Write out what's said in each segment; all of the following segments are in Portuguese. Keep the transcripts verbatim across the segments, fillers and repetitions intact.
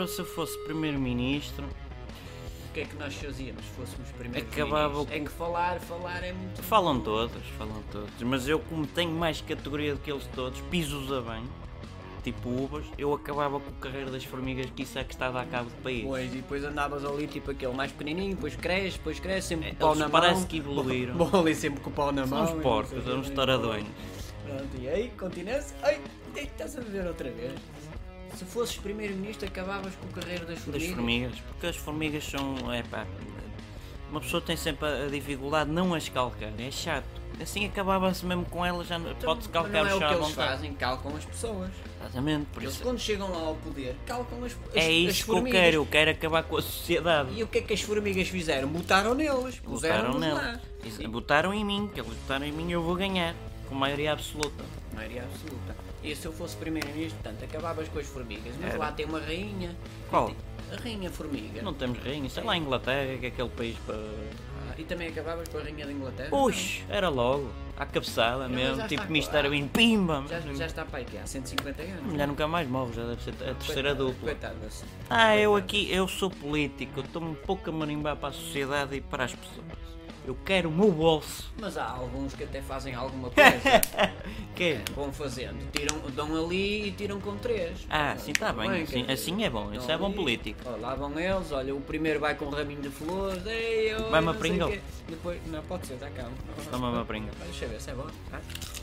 se eu fosse primeiro-ministro, O que é que nós fazíamos se fôssemos primeiros Acabava ministros? com- É que falar, falar é muito... falam todos, falam todos, mas eu como tenho mais categoria do que eles todos, piso-os a bem, tipo uvas, eu acabava com o carreiro das formigas, que isso é que está a dar cabo do país. Pois, e depois andavas ali tipo aquele mais pequenininho, depois cresce, depois cresce, sempre com o pau Eles na parece mão. que evoluíram. Bom, ali sempre com o pau na mão. São uns e porcos, não sei são o uns quê. taradões. Pronto, e aí, continua-se. Ai, o que é que estás a ver outra vez? Se fosses primeiro-ministro, acabavas com o carreiro das Das formigas. formigas, porque as formigas são, é pá, uma pessoa tem sempre a a dificuldade de não as calcar, é chato. Assim acabava-se mesmo com elas, já não- Então, pode-se mas calcar não é o o chão que à eles vontade. fazem, calcam as pessoas. Exatamente, por Eles isso. quando chegam lá ao poder, calcam as, as, É as isso que eu formigas. quero, eu quero acabar com a sociedade. E o que é que as formigas fizeram? Botaram neles, Botaram puseram-nos lá. nela. Isso, Botaram em mim, que eles botaram em mim eu vou ganhar, com maioria absoluta. Maioria absoluta. E se eu fosse primeiro-ministro, portanto, acabavas com as formigas. Mas Era. lá tem uma rainha. Qual? A rainha formiga. Não temos rainha, sei lá a Inglaterra, que é aquele país para. Ah, e também acabavas com a rainha da Inglaterra? Puxa, era logo, à cabeçada Ela mesmo, já tipo está Mistério lá. em Pimba. Já, já está para aí, que há cento e cinquenta anos. A mulher nunca mais morre, já deve ser a terceira dupla. Coitado assim. Ah, eu aqui, eu sou político, eu estou-me um pouco a marimbar para a sociedade e para as pessoas. Eu quero o meu bolso. Mas há alguns que até fazem alguma coisa. Que? Vão fazendo. Tiram, dão ali e tiram com três. Ah, sim, está bem, quer assim, dizer, assim é bom, isso dão é bom ali, político. ó, lá vão eles, olha, o primeiro vai com um raminho de flores, ei, eu, Vai-me não a sei Pringle. quê. Depois, não, pode ser, está calmo. Toma-me a Pringle. Deixa eu ver se é bom. Ah.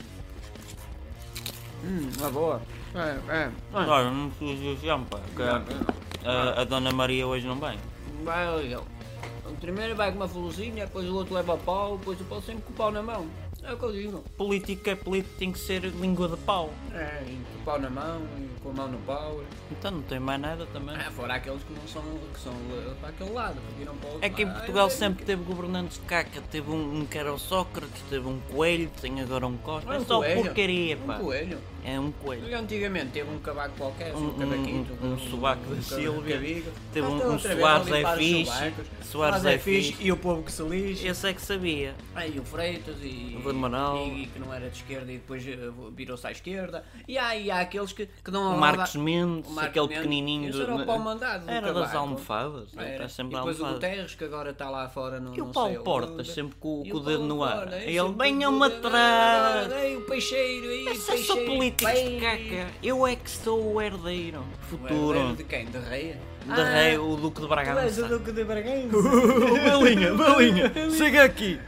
Hum, uma boa. É, é. Olha, não fiz isso, pá, que a, a Dona Maria hoje não vem. Vai ali, ó. O primeiro vai com uma florzinha, depois o outro leva o pau, depois o pau sempre com o pau na mão. É o que eu digo. Política é político, tem que ser língua de pau. É, e com o pau na mão, e com a mão no pau. Então não tem mais nada também. Ah, fora aqueles que não são, que são eh, para aquele lado, que viram para o outro É que em lado. Portugal Ah, sempre teve governantes de caca. Teve um, um que era o Sócrates, teve um coelho, tem agora um Costa. é É um só coelho. porcaria, Um pá. coelho. É um coelho. E antigamente teve um cavaco qualquer, assim, Um- um cavaquito. um- um sovaco da um Sílvia. cabigo. Teve Ah, um- então um outra vez Soares a limpar é os fixe. sovacos. Soares é fixe. E o povo que se lixa. Esse é que sabia. Aí o Freitas e, O Rui Amaral. e, e que não era de esquerda e depois eh, virou-se à esquerda. E há, e há aqueles que, que dão a O roda- Marcos Mendes, o Marcos aquele Mendes, pequenininho esse do. era o pau mandado do Era das cavaco. almofadas. Ele Era. está E sempre a depois o almofada. Guterres, que agora está lá fora no E o não Paulo sei Portas, onde. sempre com, E com o o dedo Paulo no ar. Portas, Ele sempre venham-me com o dedo- atrás. Ei, o peixeiro aí, Essa é só peixeiro, políticos de peixe. caca. Eu é que sou o herdeiro. O Futuro. herdeiro de quem? De rei? De rei, o Duque de Tu és o Bragança. Duque de Bragança. Balinha, balinha, chega aqui.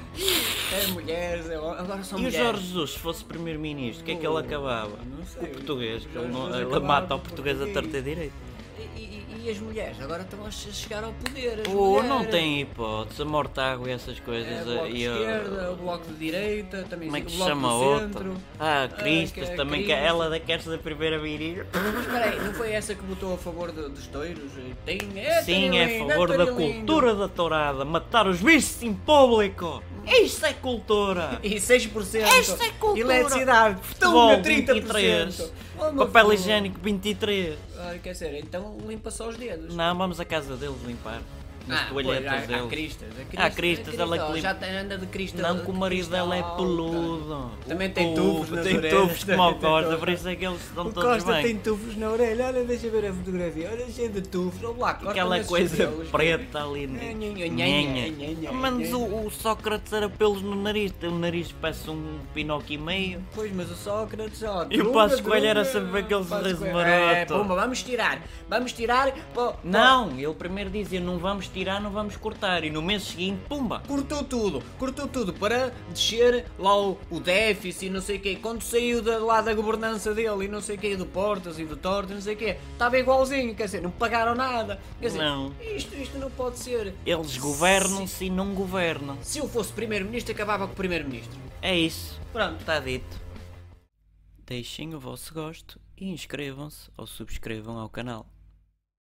É mulheres, é homem. Agora são E o mulheres. Jorge Jesus, se fosse primeiro-ministro, o que é que ele acabava? Não sei. O português, que ele, Jorge não, Jesus ele acabava mata com o português a português. torta e direito. E, e- e as mulheres? Agora estão a chegar ao poder. As Oh, não mulheres. tem hipótese, a morte água e essas coisas. É, o bloco de e, uh, esquerda, o bloco de direita, também Como é que o se bloco chama do outra? centro. Ah, Ah, Cristas, que é também, que Cristas. ela da quer ser da primeira a vir. Mas espera aí, não foi essa que votou a favor de- dos touros? Tem, é, Sim, tem é lindo, a favor tem da lindo. cultura da tourada, matar os bichos em público. Isso é cultura. E seis por cento. Esta é cultura. Eletricidade, Futebol, tunga, trinta por vinte e três. cento. Oh, meu Papel filho. higiênico, vinte e três. Ah, quer dizer, então limpa só os dedos. Não, vamos à casa deles limpar. Nas Ah, toalhetas pois, há, há deles. cristas, a Cristas, Há Cristas, ela ó, que já tem- anda de crista. Não, que o marido crista dela é alta. peludo. Também O tem tufo, tufos nas Tem orelhas. tufos como o Tem Costa, tufos. por isso é que eles estão O todos Costa bem. tem tufos na orelha, olha, deixa ver a fotografia, olha, cheio de tufos, olha lá, corta Aquela nesses coisa cabelos. preta ali. Nhanha, Nhanha. nhanha, nhanha, Ao menos nhanha. o, o Sócrates era pelos no nariz. Tem um nariz que parece um Pinóquio e meio. Pois, mas o Sócrates, ó, E o trunga, Passo Coelho era trunga, sempre aquele Passo sorriso Coelho. maroto. É, pumba, vamos tirar, vamos tirar, pô, pô. Não, ele primeiro dizia não vamos tirar, não vamos cortar. E no mês seguinte, pumba! Cortou tudo, cortou tudo para descer lá o, o déficit e não sei o quê. Quando saiu da, lá da governança dele e não sei o quê, do Portas e do Torta, não sei o quê, estava igualzinho, quer dizer, não pagaram nada. Quer dizer, Não. Isto, isto não pode ser. Eles governam-se e não governam. Se eu fosse primeiro-ministro, acabava com o primeiro-ministro. É isso. Pronto. Está dito. Deixem o vosso gosto e inscrevam-se ou subscrevam ao canal.